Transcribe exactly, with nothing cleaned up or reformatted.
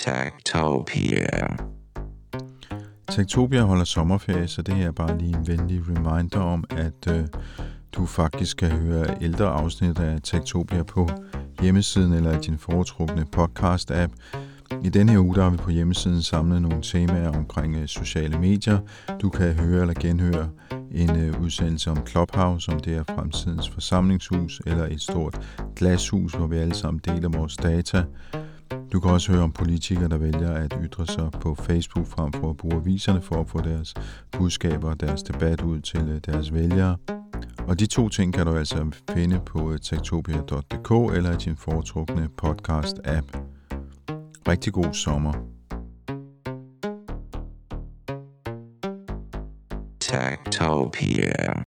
Techtopia. Techtopia holder sommerferie, så det her er bare lige en venlig reminder om, at øh, du faktisk kan høre ældre afsnit af Techtopia på hjemmesiden eller i din foretrukne podcast-app. I denne her uge der har vi på hjemmesiden samlet nogle temaer omkring øh, sociale medier. Du kan høre eller genhøre en øh, udsendelse om Clubhouse, om det er fremtidens forsamlingshus eller et stort glashus, hvor vi alle sammen deler vores data. Du kan også høre om politikere, der vælger at ytre sig på Facebook frem for at bruge aviserne for at få deres budskaber og deres debat ud til deres vælgere. Og de to ting kan du altså finde på techtopia punktum d k eller i din foretrukne podcast-app. Rigtig god sommer. Techtopia.